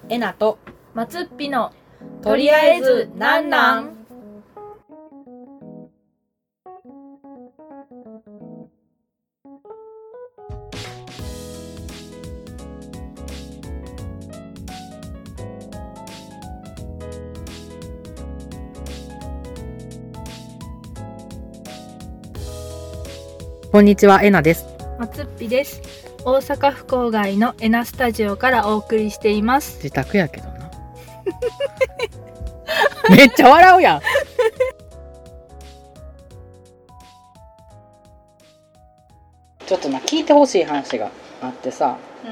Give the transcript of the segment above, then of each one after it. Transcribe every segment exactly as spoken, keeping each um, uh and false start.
えなとまつっぴのとりあえずなんなんこんにちは、えなです。 まつっぴです。大阪府郊外のえなスタジオからお送りしています。 自宅やけどなめっちゃ笑うやんちょっとな、聞いてほしい話があってさ、うん、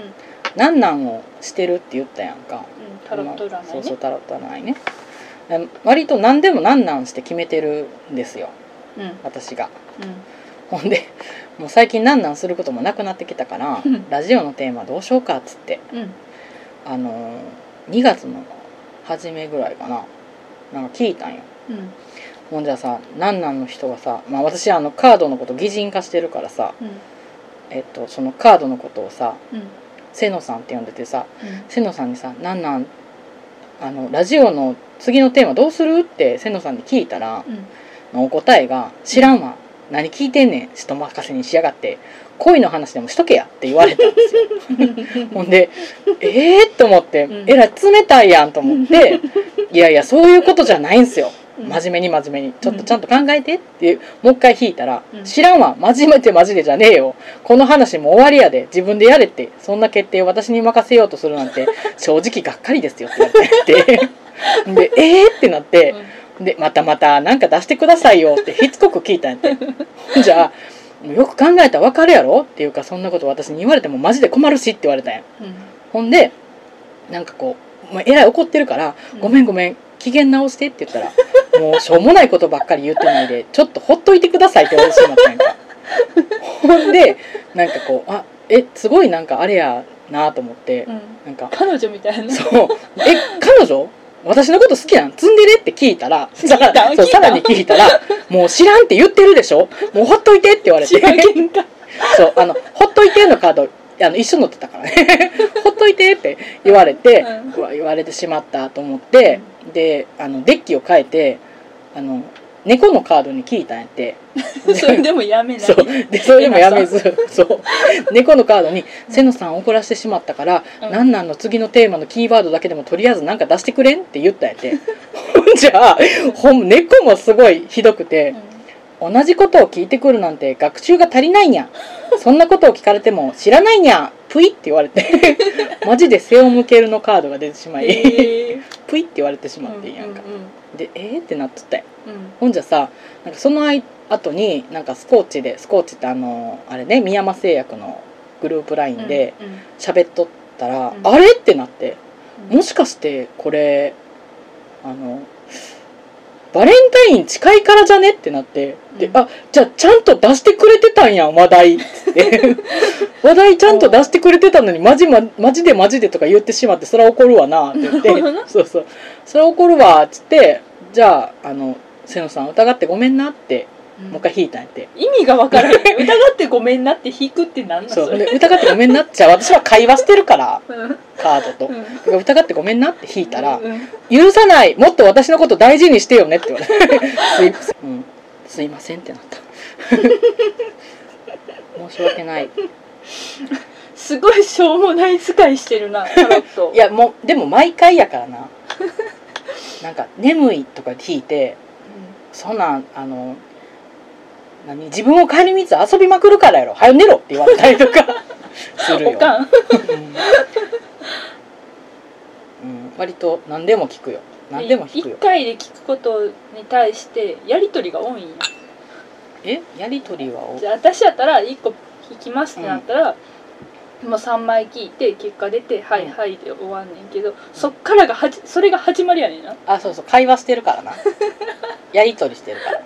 なんなんをしてるって言ったやんか、 うん、タロット占いね。 そうそう、タロット占いね。割と何でもなんなんして決めてるんですよ、うん、私が、うん、ほんでもう最近なんなんすることもなくなってきたから、うん、ラジオのテーマどうしようかっつって、うん、あのにがつの初めぐらいかな、なんか聞いたんよ、うん、ほんじゃさ、なんなんの人がさ、まあ、私あのカードのこと擬人化してるからさ、うん、えっと、そのカードのことをさ、うん、瀬野さんって呼んでてさ、うん、瀬野さんにさ、なんなんあのラジオの次のテーマどうするって瀬野さんに聞いたら、うん、お答えが知らんわ、うん、何聞いてんねん、人任せにしやがって、恋の話でもしとけやって言われたんですよほんでえーと思って、うん、えらい冷たいやんと思っていやいやそういうことじゃないんすよ、真面目に真面目にちょっとちゃんと考えてってもう一回引いたら、うん、知らんわ、真面目ってマジでじゃねえよ、この話もう終わりやで、自分でやれって、そんな決定を私に任せようとするなんて正直がっかりですよって言われてでえーってなって、うん、でまたまたなんか出してくださいよってしつこく聞いたんやってじゃあよく考えたら分かるやろっていうか、そんなこと私に言われてもマジで困るしって言われたんや、うん、ほんでなんかこう、もうえらい怒ってるから、うん、ごめんごめん機嫌直してって言ったらもうしょうもないことばっかり言ってないでちょっとほっといてくださいって言われてしまったんやんかほんでなんかこう、あえすごいなんかあれやなと思って、うん、なんか彼女みたいな、 そうえ彼女私のこと好きなんツンデレって聞いたらさらそうさらに聞いたらもう知らんって言ってるでしょ、もうほっといてって言われてそうあのほっといてのカードあの一緒に乗ってたからねほっといてって言われて、うん、言われてしまったと思って、うん、であのデッキを変えてあの猫のカードに聞いたんやってそれでもやめないそうでそれでもやめずそう猫のカードに「瀬野さん怒らせてしまったから、うん、なんなんの次のテーマのキーワードだけでもとりあえずなんか出してくれん?」って言ったんやってじゃあほん猫もすごいひどくて、うん、同じことを聞いてくるなんて学習が足りないんや、そんなことを聞かれても知らないんやプイって言われてマジで背を向けるのカードが出てしまい、えー、プイって言われてしまっていいやんか、うんうんうん、でえーってなっとったよ、うん、ほんじゃさ、なんかその後になんかスコーチでスコーチってあのあれね、三山製薬のグループラインで喋っとったら、うんうん、あれってなって、うん、もしかしてこれあのバレンタイン近いからじゃねってなって、うん、であじゃあちゃんと出してくれてたんやん話題って話題ちゃんと出してくれてたのにマジ、ま、マジでマジでとか言ってしまって、それは怒るわなって言ってそうそうそれは怒るわっつって、じゃああの瀬野さん疑ってごめんなって、うん、もう一回引いたんやって。意味が分からない疑ってごめんなって引くって何なんそれ。 そうで疑ってごめんなって、じゃあ私は会話してるから、うん、カードと、うん、疑ってごめんなって引いたら、うんうん、許さない、もっと私のこと大事にしてよねって言われてすい、うん、すいませんってなった申し訳ない。 すごいしょうもない使いしてるなタロットいやもうでも毎回やからななんか眠いとか引いて、うん、そんなんあの何自分を顧みず遊びまくるからやろ、はよ寝ろって言われたりとかするよ、うんうん、割と何でも聞くよ、何でも聞くよ。 いっかいで聞くことに対してやり取りが多いんや。 えやり取りは多い。 じゃあ私やったらいっこ引きますってなったら、うん、もうさんまい聞いて結果出て、うん、はいはいで終わんねんけど、そっからがはじそれが始まりやねんな。 あそうそう、会話してるからなやり取りしてるから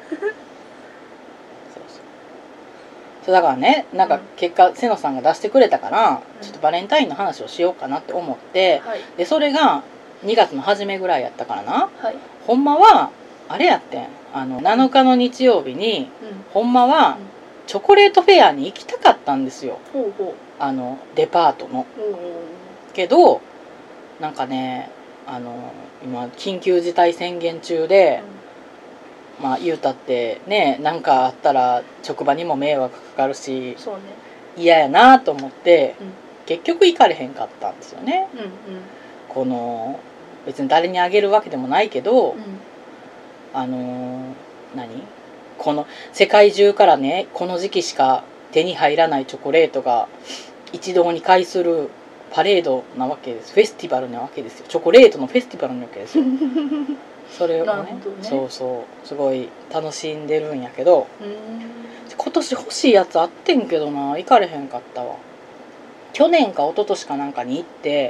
そうだからね、なんか結果瀬野さんが出してくれたから、うん、ちょっとバレンタインの話をしようかなって思って、はい、でそれがにがつの初めぐらいやったからな、はい、ほんまはあれやってん、あのなのかの日曜日に、うん、ほんまはチョコレートフェアに行きたかったんですよ、うん、あのデパートの、うん、けどなんかねあの今緊急事態宣言中で、うん、まあ言うたってねなんかあったら職場にも迷惑かかるし、 そうね、 嫌やなと思って、 うん、 結局行かれへんかったんですよね、 うんうん、 この別に誰にあげるわけでもないけど、 うん、 あの何この世界中からねこの時期しか手に入らないチョコレートが一堂に会するパレードなわけです。フェスティバルなわけですよ。チョコレートのフェスティバルなわけですよそれを ね, ねそうそうすごい楽しんでるんやけど、今年欲しいやつあってんけどな行かれへんかったわ。去年か一昨年かなんかに行って、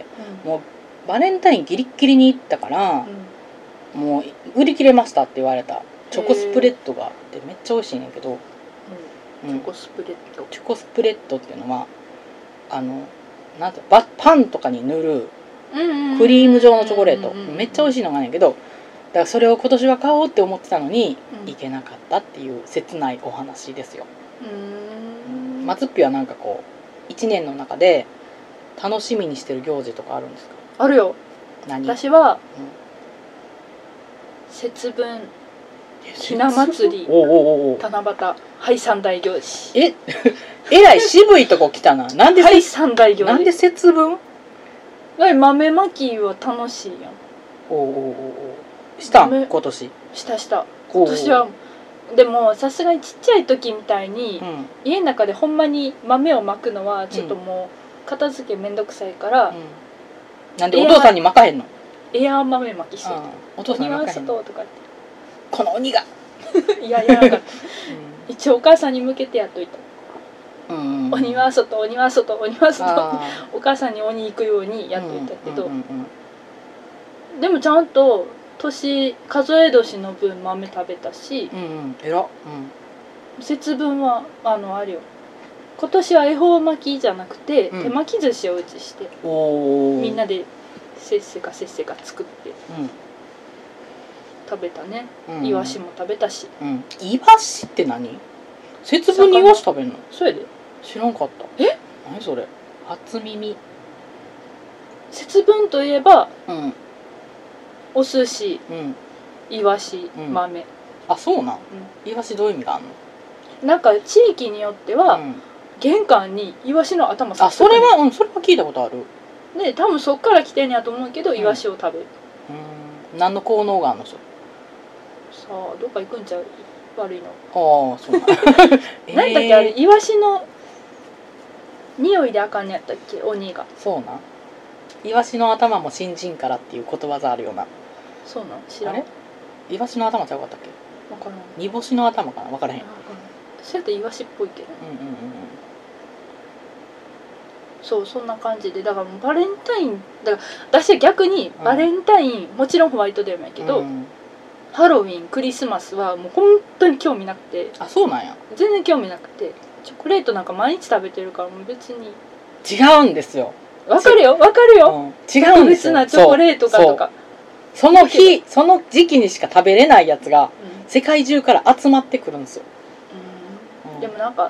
うん、もうバレンタインギリッギリに行ったから、うん、もう売り切れましたって言われたチョコスプレッドがあってめっちゃ美味しいねんけど、 うん、チョコスプレッド、 チョコスプレッドっていうのはあのなんてバパンとかに塗るクリーム状のチョコレートめっちゃ美味しいのがあるんやけど、だからそれを今年は買おうって思ってたのに、うん、行けなかったっていう切ないお話ですよ。うーん、松っぴはなんかこういちねんの中で楽しみにしてる行事とかあるんですか？ あるよ。 何？ 私は、うん、節分、ひな祭り、 おうおうおう七夕、はい三大行事。 ええらい渋いとこ来たな。なんではい三大行事。 なんで節分？ 豆まきは楽しいやん。 おうおうおうしたん今年？ したした。今年はでもさすがにちっちゃい時みたいに、うん、家の中でほんまに豆をまくのはちょっともう片付けめんどくさいから、うん、 なんでお父さんにまかへんの？ エアー豆まきしてる。 お父さんにまかへんの？ とかってこの鬼がいややらなかった、うん、一応お母さんに向けてやっといた、うんうん、鬼は外鬼は外鬼は外お母さんに鬼行くようにやっといたけど、うんうんうんうん、でもちゃんと年数え年の分豆食べたし、 うんうん、えら、うん、 節分はあのあれよ、今年は恵方巻きじゃなくて、うん、手巻き寿司をうちして、 おみんなでせっせかせっせか作って、うん、食べたね、うん、イワシも食べたし、 うん、イワシって何？節分にイワシ食べんの？ それで知らんかった。 え？ 何それ？初耳。 節分といえば、 うん、 お寿司、 うん、 イワシ、うん、豆。 あ、そうなん、うん、イワシどういう意味があるの？ なんか地域によっては、うん、玄関にイワシの頭させてくる。あ、それは、うん、それは聞いたことある。 で、多分そっから来てんやと思うけど、うん、イワシを食べる。 うん、何の効能があるの？それさあ、どっか行くんちゃう？悪いの。 ああ、そうなん。 えー、なんだっけあれ、イワシの匂いであかんねやったっけ、鬼が。 そうなん。イワシの頭も新人からっていうことわざあるような。 そうなん、知らん。 あれ？イワシの頭ちゃうかったっけ？ 分からん。 煮干しの頭かな、分からへん。 そうやってイワシっぽいけど。 うんうんうんうん。 そう、そんな感じで、だからもうバレンタインだから私は逆にバレンタイン、うん、もちろんホワイトデーもやけど、うん、ハロウィンクリスマスはもう本当に興味なくて。 あ、そうなんや。 全然興味なくて、チョコレートなんか毎日食べてるからもう別に違うんですよ。 わかるよわかるよ、 うん、違うんですよ。 別なチョコレートかとか、 その日その時期にしか食べれないやつが、うん、世界中から集まってくるんですよ。 うん、うん、でもなんか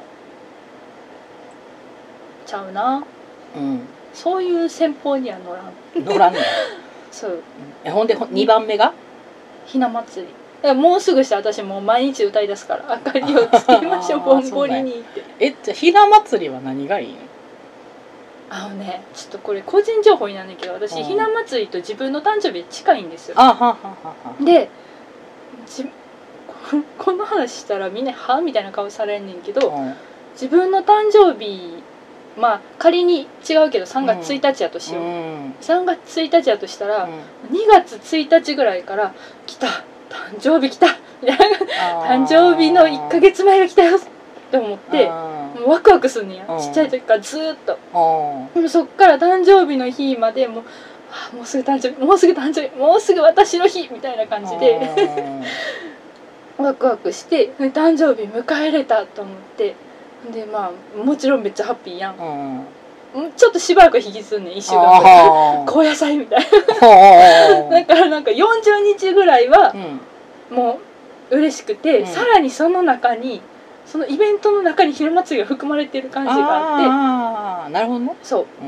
ちゃうな、うん、そういう戦法には乗らん乗らんねそう、 うん、ほんでにばんめがひな祭り。だからもうすぐして私もう毎日歌い出すから、明かりをつけましょうぼんぼりにって。 え、じゃあひな祭りは何がいいの？ あのね、ちょっとこれ個人情報になるんだけど、私ひな祭りと自分の誕生日近いんですよ。 あはははは。 でじこの話したらみんなはみたいな顔されんねんけど、うん、自分の誕生日、まあ仮に違うけどさんがつついたちやとしよう、うん、さんがつついたちやとしたら、うん、にがつついたちぐらいから来た誕生日来たみたいな、誕生日のいっかげつまえが来たよって思って、もうワクワクすんねや、ちっちゃい時からずーっと。でもそっから誕生日の日までもう、はあ、もうすぐ誕生日もうすぐ誕生日もうすぐ私の日みたいな感じでワクワクして誕生日迎えれたと思って、でまあもちろんめっちゃハッピーやん。ちょっとしばらく引きずんねん、いっしゅうかんぐらい高野菜みたいなだからなんかよんじゅうにちぐらいはもう嬉しくて、うん、さらにその中にそのイベントの中にひな祭りが含まれてる感じがあって。 ああ、なるほどね。 そう、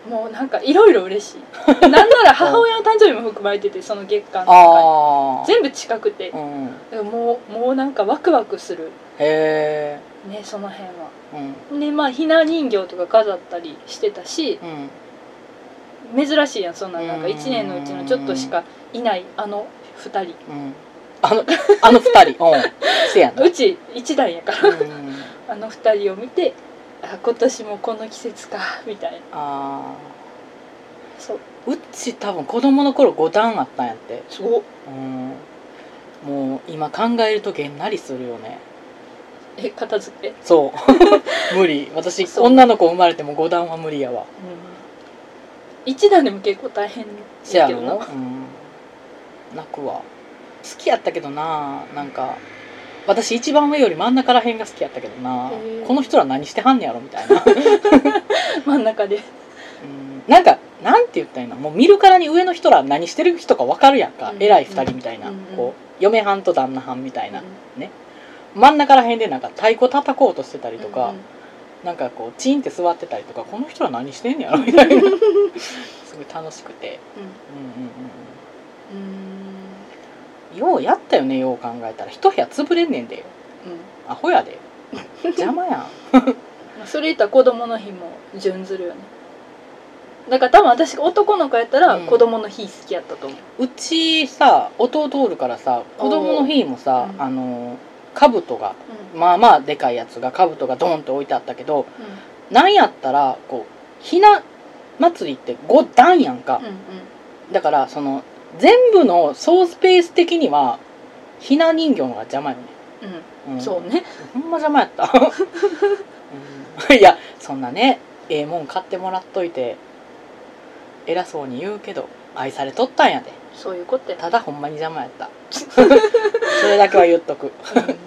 もうなんかいろいろ嬉しいなんなら母親の誕生日も含まれててその月間の中に全部近くて、うん、でももうもうなんかワクワクするへえねその辺は、うん、でまあひな人形とか飾ったりしてたし、うん、珍しいやんそんななんかいちねんのうちのちょっとしかいないあのふたり、うん、 あのあのふたりうんせやなうちいちだんやから、うん、あのふたりを見てあ今年もこの季節かみたいなあそううち多分子供の頃ごだんあったんやってそう、うん、もう今考えるとげんなりするよねえ片付けそう無理私女の子生まれてもごだんは無理やわ、 うん、いちだんでも結構大変だけどな、うん、 泣くわ好きやったけどななんか私一番上より真ん中らへんが好きやったけどなこの人ら何してはんねやろみたいな真ん中で、うん、なんかなんて言ったらいいのもう見るからに上の人ら何してる人か分かるやんか、うん、偉いふたりみたいな、うん、こう嫁はんと旦那はんみたいな、うん、ね真ん中らへんでなんか太鼓叩こうとしてたりとか、うん、なんかこうチンって座ってたりとかこの人ら何してんねやろみたいなすごい楽しくて、うん、うんうんうんようやったよねよう考えたら一部屋潰れんねんでよ、うん、アホやで邪魔やんそれ言ったら子供の日も準ずるよねだから多分私が男の子やったら子供の日好きやったと思う、 うん、うちさ弟おるからさ子供の日もさ、うん、あの兜が、うん、まあまあでかいやつが兜がドーンと置いてあったけど、うん、なんやったらこうひな祭りってごだんやんか、うんうん、だからその全部の総スペース的にはひな人形の方が邪魔よね、 うんうん、そうねほんま邪魔やった、うん、いやそんなねええもん買ってもらっといて偉そうに言うけど愛されとったんやでそういうことやただほんまに邪魔やったそれだけは言っとく、うん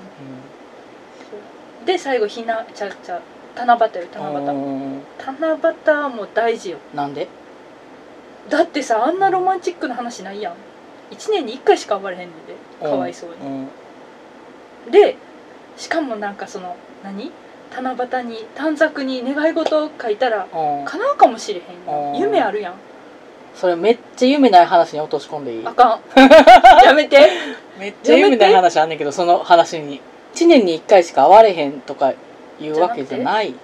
うん、で最後ひなちゃちゃ七夕よ七夕七夕も大事よなんでだってさあんなロマンチックな話ないやんいちねんにいっかいしか会われへんねんでかわいそうに、うんうん、でしかもなんかその何七夕に短冊に願い事を書いたら叶うかもしれへんよ夢あるやんそれめっちゃ夢ない話に落とし込んでいいあかんやめてめっちゃ夢ない話あんねんけどその話にいちねんにいっかいしか会われへんとかいうわけじゃない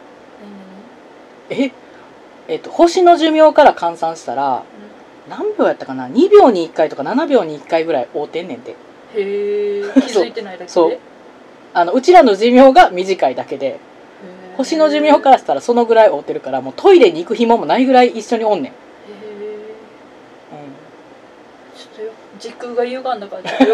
ええっと、星の寿命から換算したら、うん、何秒やったかなにびょうにいっかいとかななびょうにいっかいぐらい会うてんねんてへえ気づいてないだけでそうあのうちらの寿命が短いだけで星の寿命からしたらそのぐらい会うてるからもうトイレに行く暇もないぐらい一緒におんねんへえ、 うん、ちょっとよ時空が歪んだからちょっとよ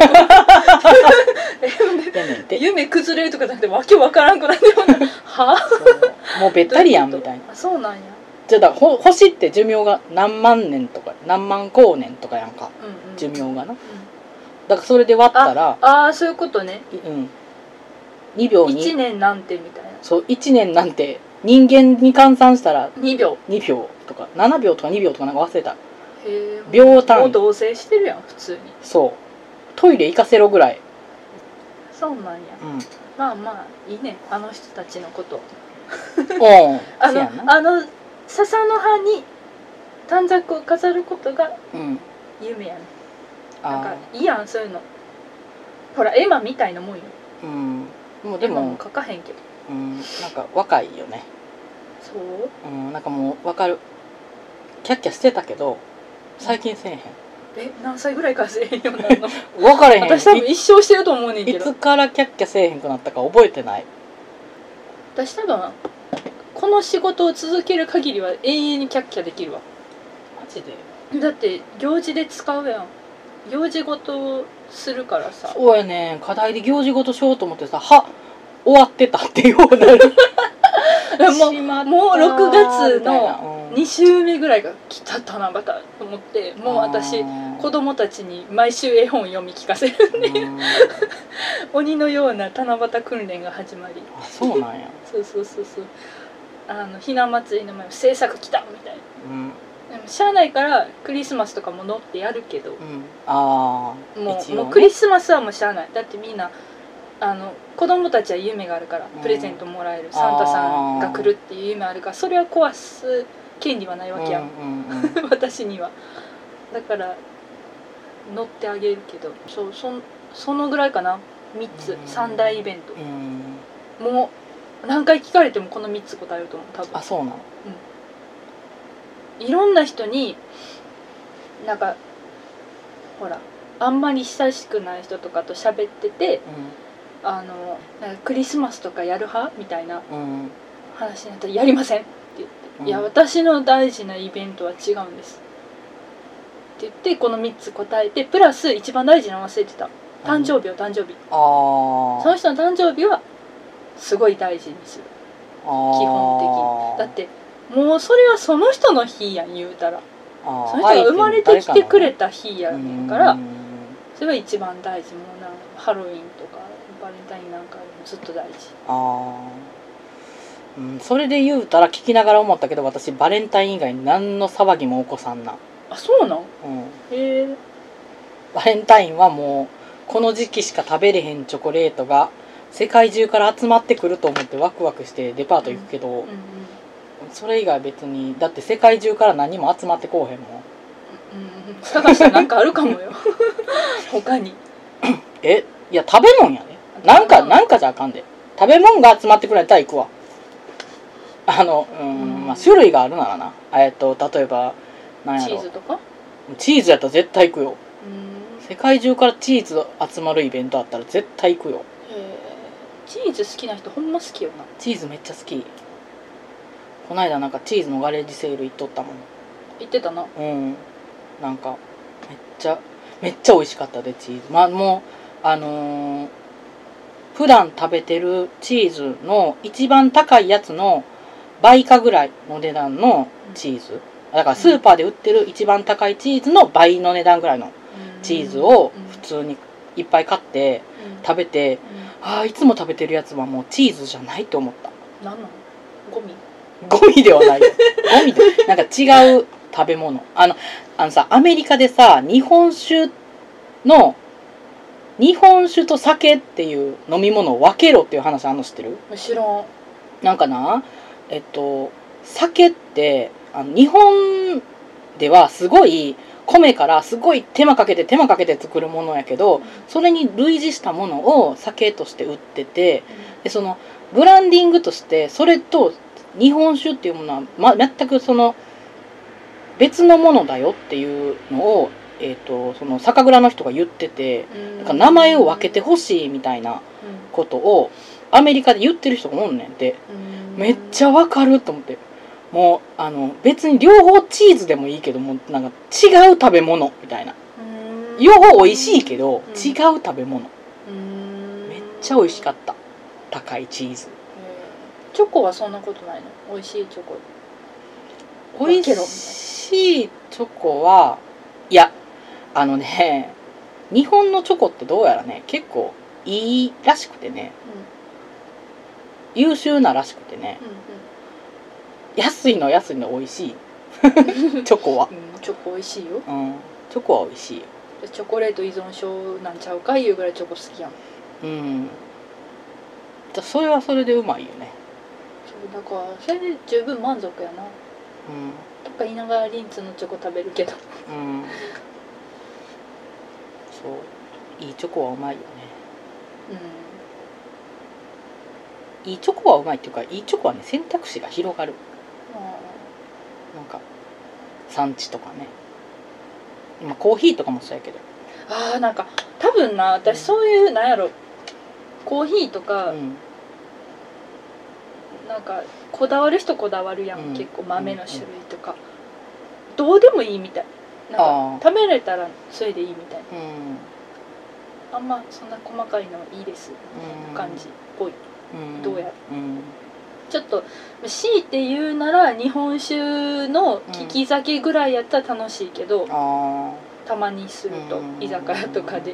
く夢崩れるとかじゃなくてわけわからんくなってはもうべったりやんみたいなあそうなんやじゃあだほ星って寿命が何万年とか何万光年とかやんか、うんうん、寿命がな、うん、だからそれで割ったらああそういうことね、 うん、にびょうにいちねんなんてみたいなそういちねんなんて人間に換算したらにびょうにびょうとかななびょうとかにびょうとかなんか忘れたへえ秒単位もう同棲してるやん普通にそうトイレ行かせろぐらいそうなんや、うん、まあまあいいねあの人たちのことおあのあの笹の葉に短冊を飾ることが夢やね、うん、なんかいいやんそういうのほら絵馬みたいなもんよ、うん、もうでも描かへんけど、 うん、なんか若いよねそう、 うん、なんかもう分かるキャッキャしてたけど最近せえへん、 え何歳ぐらいからせえへんようになるの分かれへん私多分一生してると思うねんけどいつからキャッキャせえへんくなったか覚えてない私多分この仕事を続ける限りは永遠にキャッキャできるわマジでだって行事で使うやん行事ごとするからさそうやね課題で行事ごとしようと思ってさは終わってたってようなるもうもうろくがつのに週目ぐらいが来た七夕と思ってもう私子供たちに毎週絵本読み聞かせるんで鬼のような七夕訓練が始まりあそうなんやそうそうそうそうあのひな祭りの前に制作来たみたいな、うん、でもしゃあないからクリスマスとかも乗ってやるけど、うん、 ああもう、ね、もうクリスマスはもうしゃあないだってみんなあの子供たちは夢があるから、うん、プレゼントもらえるサンタさんが来るっていう夢あるからそれは壊す権利はないわけやん、 うんうんうん、 私には。だから乗ってあげるけど、そう そ, そのぐらいかな。みっつ、さん大イベント、うん、もう何回聞かれてもこのみっつ答えると思う多分。 あ、そうなの、 うん、いろんな人になんかほらあんまり親しくない人とかと喋ってて、うん、あのなんかクリスマスとかやる派みたいな話になったら、やりませんって言って、うん、いや私の大事なイベントは違うんですって言ってこのみっつ答えて、プラス一番大事なの忘れてた、誕生日を誕生日、あその人の誕生日はすごい大事にする、基本的に。だってもうそれはその人の日やん言うたら、その人が生まれてきてくれた日やねんから、それが一番大事。もうなんハロウィンとかバレンタインなんかずっと大事。あ、 うん、それで言うたら聞きながら思ったけど、私バレンタイン以外何の騒ぎも起こさんな。 あ、そうなん、うん、 へえ。バレンタインはもうこの時期しか食べれへんチョコレートが世界中から集まってくると思ってワクワクしてデパート行くけど、うんうんうん、それ以外別に、だって世界中から何も集まってこうへんもん、 うん、探したらなんかあるかもよ他にえ、いや食べ物やね、なんかなんかじゃあかんで、食べ物が集まってくれたら行くわ。あのうん、うん、まあ種類があるならな、えっと例えばなんやろ、 チーズとか、 チーズやったら絶対行くよ。うん、世界中からチーズ集まるイベントあったら絶対行くよ。へえ。チーズ好きな人ほんま好きよな。 チーズめっちゃ好き。こないだなんかチーズのガレージセール行っとったもん。 行ってたな。 うん。なんかめっちゃめっちゃ美味しかったで、チーズ。まあもうあのー、普段食べてるチーズの一番高いやつの倍かぐらいの値段のチーズ。だからスーパーで売ってる一番高いチーズの倍の値段ぐらいのチーズを普通にいっぱい買って食べて、ああいつも食べてるやつはもうチーズじゃないと思った。 何なの？ゴミ？ ゴミではないよ。ゴミでなんか違う食べ物。あのあのさ、アメリカでさ、日本酒の日本酒と酒っていう飲み物を分けろっていう話あんの知ってる？ 知らん。 なんかな、えっと酒ってあの日本ではすごい米からすごい手間かけて手間かけて作るものやけど、それに類似したものを酒として売ってて、でそのブランディングとしてそれと日本酒っていうものは、ま、全くその別のものだよっていうのを、えーと、その酒蔵の人が言ってて、だから名前を分けてほしいみたいなことをアメリカで言ってる人がおんねんて。めっちゃわかると思って、もうあの別に両方チーズでもいいけどもなんか違う食べ物みたいな、両方美味しいけど違う食べ物、めっちゃ美味しかった。高いチーズ。 チョコはそんなことないの？美味しいチョコ、 美味しいチョコはいや、あのね、日本のチョコってどうやらね結構いいらしくてね、うん、優秀ならしくてね、うんうん、安いの安いの美味しいチョコは、 うん、チョコ美味しいよ、 うん、チョコは美味しいよ。 チョコレート依存症なんちゃうかいうぐらいチョコ好きやん。 うん、それはそれでうまいよね。 そうだからそれで十分満足やな、うん、とか言いながらリンツのチョコ食べるけど、うん、 そういいチョコはうまいよね、うん、いいチョコはうまいっていうか、いいチョコはね選択肢が広がる、うん、なんか産地とかね、まあ、コーヒーとかもそうやけど、 あーなんか多分な私そういう、うん、なんやろコーヒーとか、うん、なんかこだわる人こだわるやん、うん、結構豆の種類とか、うん、どうでもいいみたいなんか食べれたらそれでいいみたいな、うん、あんまそんな細かいのいいですみたいな感じっぽい、うん、どうやら、うん、ちょっと強いて言うなら日本酒の利き酒ぐらいやったら楽しいけど、うん、たまにすると居酒屋とかで、うん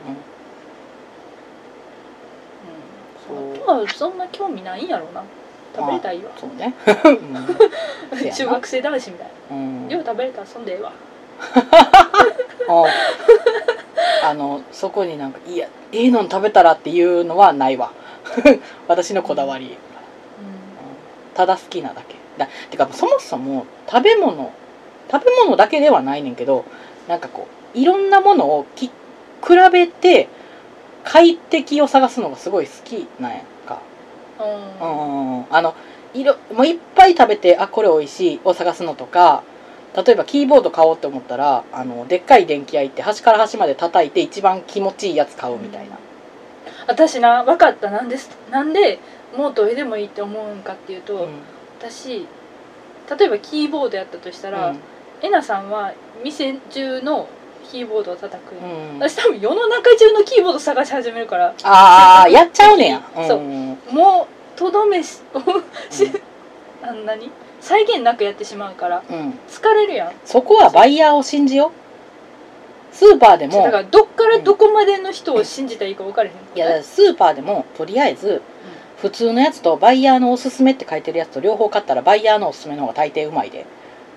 うん、あとはそんな興味ないんやろな。食べれたらいいわ。そうね、うん、中学生男子みたいな、うん、量食べれたらそんでええわあのそこになんかいやいいの食べたらっていうのはないわ私のこだわり、うんうん、ただ好きなだけ。 だてかそもそも食べ物食べ物だけではないねんけど、なんかこういろんなものをき比べて快適を探すのがすごい好きなんやんか。うん、うん、あのいろもういっぱい食べてあこれ美味しいを探すのとか、例えばキーボード買おうって思ったらあのでっかい電気屋行って端から端まで叩いて一番気持ちいいやつ買うみたいな。 私な分かった。なんですなんでもうどれでもいいって思うんかっていうと、うん、私例えばキーボードやったとしたら、うん、えなさんは店中のキーボードを叩く、うん、私多分世の中中のキーボード探し始めるから、 ああやっちゃうねや、 うん、そうもうとどめし、うん、あんなに再現なくやってしまうから、うん、疲れるやん。 そこはバイヤーを信じよう。スーパーでもだからどっからどこまでの人を信じたらいいか分からへん、うん、 いやスーパーでもとりあえず、うん、普通のやつとバイヤーのおすすめって書いてるやつと両方買ったらバイヤーのおすすめの方が大抵うまいで、うん、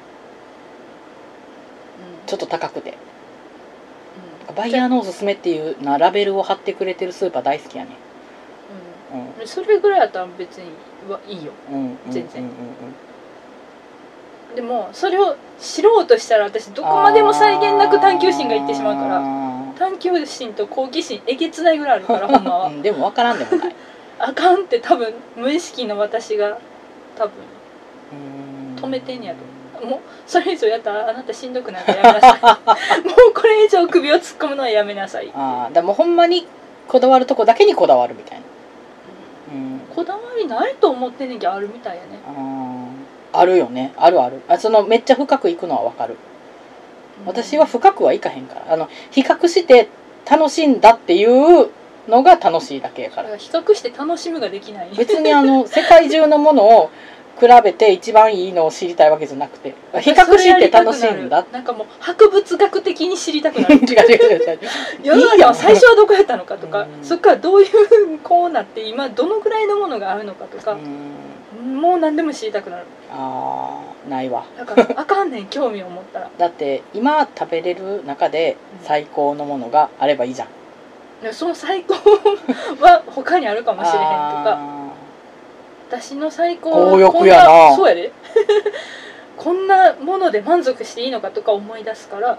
ちょっと高くて、うん、バイヤーのおすすめっていうなラベルを貼ってくれてるスーパー大好きやね、 うんうん、それぐらいだったら別にいいよ、うん、全然、うんうんうんうん、でもそれを知ろうとしたら私どこまでも際限なく探求心がいってしまうから、探求心と好奇心えげつないぐらいあるからほんまは、うん、 でも分からんでもないあかんって多分無意識の私が多分止めてんやと。もうそれ以上やったらあなたしんどくなってやめなさいもうこれ以上首を突っ込むのはやめなさい。 ああ、でもほんまにこだわるとこだけにこだわるみたいな、 うん、こだわりないと思ってんねんけどあるみたいやね。 ああるよね、あるある。あそのめっちゃ深くいくのはわかる、うん、私は深くはいかへんから、あの比較して楽しんだっていうのが楽しいだけやから。 比較して楽しむができない。 別にあの世界中のものを比べて一番いいのを知りたいわけじゃなくて、比較して楽しいんだ。 なんかもう博物学的に知りたくなる。違う違う違う。世の中は最初はどこやったのかとか、そっからどういうこうなって今どのぐらいのものがあるのかとか、もう何でも知りたくなる。 ああ、ないわ。 だからあかんねん興味を持ったら。 だって今食べれる中で最高のものがあればいいじゃん。 その最高は他にあるかもしれへんとか。私の最高は強欲やな。 そうやでこんなもので満足していいのかとか思い出すから、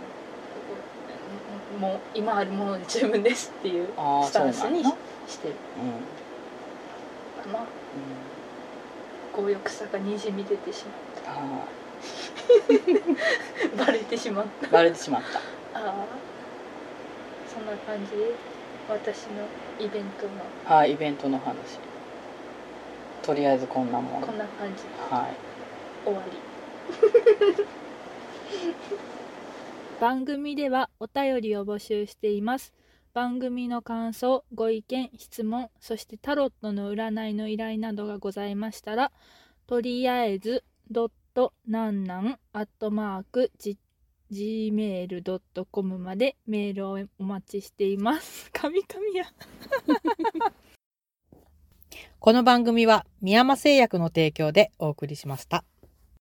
うん、もう今あるもので十分ですっていうスタンスにしてる。うん、かな、うん、強欲さがにじみ出てしまったバレてしまったバレてしまったああ、そんな感じで私のイベントのはいイベントの話、とりあえずこんなもん。 こんな感じ。 はい。 終わり。番組ではお便りを募集しています。番組の感想、ご意見、質問、そしてタロットの占いの依頼などがございましたら、とりあえずドットなんなんアットマーク ジーメールドットコム までメールをお待ちしています。神々や。 この番組は宮山製薬の提供でお送りしました。